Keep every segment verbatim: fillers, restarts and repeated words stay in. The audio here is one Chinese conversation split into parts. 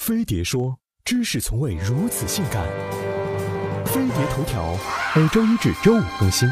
飞碟说：知识从未如此性感。飞碟头条每周一至周五更新。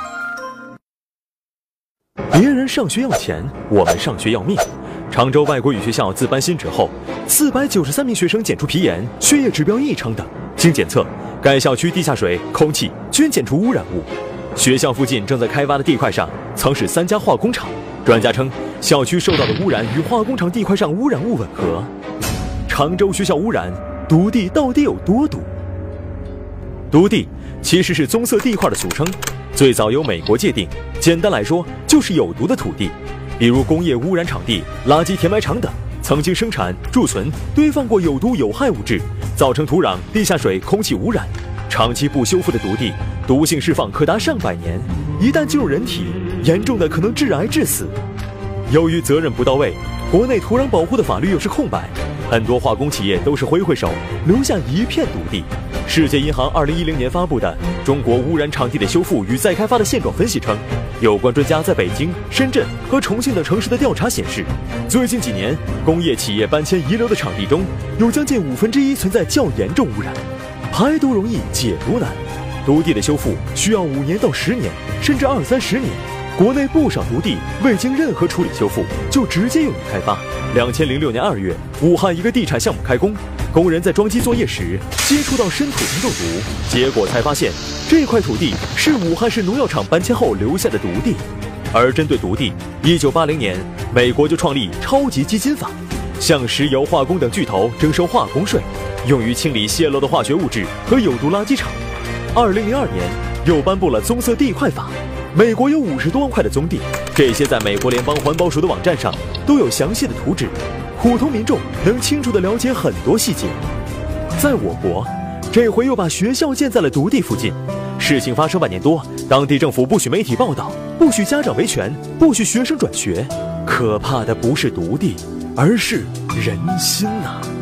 别人上学要钱，我们上学要命。常州外国语学校自搬新址后，四百九十三名学生检出皮炎、血液指标异常等。经检测，该校区地下水、空气均检出污染物。学校附近正在开挖的地块上曾是三家化工厂。专家称，校区受到的污染与化工厂地块上污染物吻合。常州学校污染，毒地到底有多毒？毒地其实是棕色地块的俗称，最早由美国界定。简单来说，就是有毒的土地，比如工业污染场地、垃圾填埋场等，曾经生产、贮存、堆放过有毒有害物质，造成土壤、地下水、空气污染。长期不修复的毒地，毒性释放可达上百年，一旦进入人体，严重的可能致癌致死。由于责任不到位，国内土壤保护的法律又是空白，很多化工企业都是挥挥手，留下一片毒地。世界银行二零一零年发布的《中国污染场地的修复与再开发的现状分析》称，有关专家在北京、深圳和重庆等城市的调查显示，最近几年工业企业搬迁遗留的场地中，有将近五分之一存在较严重污染。排毒容易，解毒难，毒地的修复需要五年到十年，甚至二三十年。国内不少毒地未经任何处理修复就直接用于开发。两千零六年二月，武汉一个地产项目开工，工人在装机作业时接触到砷土层中毒，结果才发现这块土地是武汉市农药厂搬迁后留下的毒地。而针对毒地，一九八零年美国就创立超级基金法，向石油化工等巨头征收化工税，用于清理泄漏的化学物质和有毒垃圾场。二零零二年又颁布了棕色地块法。美国有五十多万块的棕地，这些在美国联邦环保署的网站上都有详细的图纸，普通民众能清楚地了解很多细节。在我国，这回又把学校建在了毒地附近。事情发生半年多，当地政府不许媒体报道，不许家长维权，不许学生转学。可怕的不是毒地，而是人心呐、啊！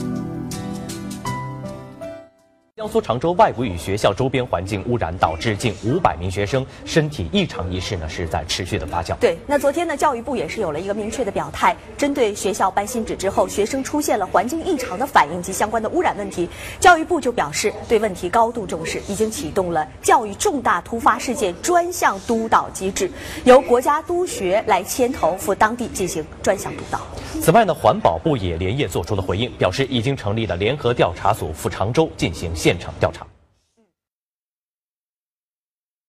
江苏常州外国语学校周边环境污染导致近五百名学生身体异常一事呢，是在持续的发酵。 对，那昨天呢，教育部也是有了一个明确的表态，针对学校搬新址之后，学生出现了环境异常的反应及相关的污染问题，教育部就表示对问题高度重视，已经启动了教育重大突发事件专项督导机制，由国家督学来牵头赴当地进行专项督导。 此外呢，环保部也连夜做出了回应，表示已经成立了联合调查组赴常州进行现场调查。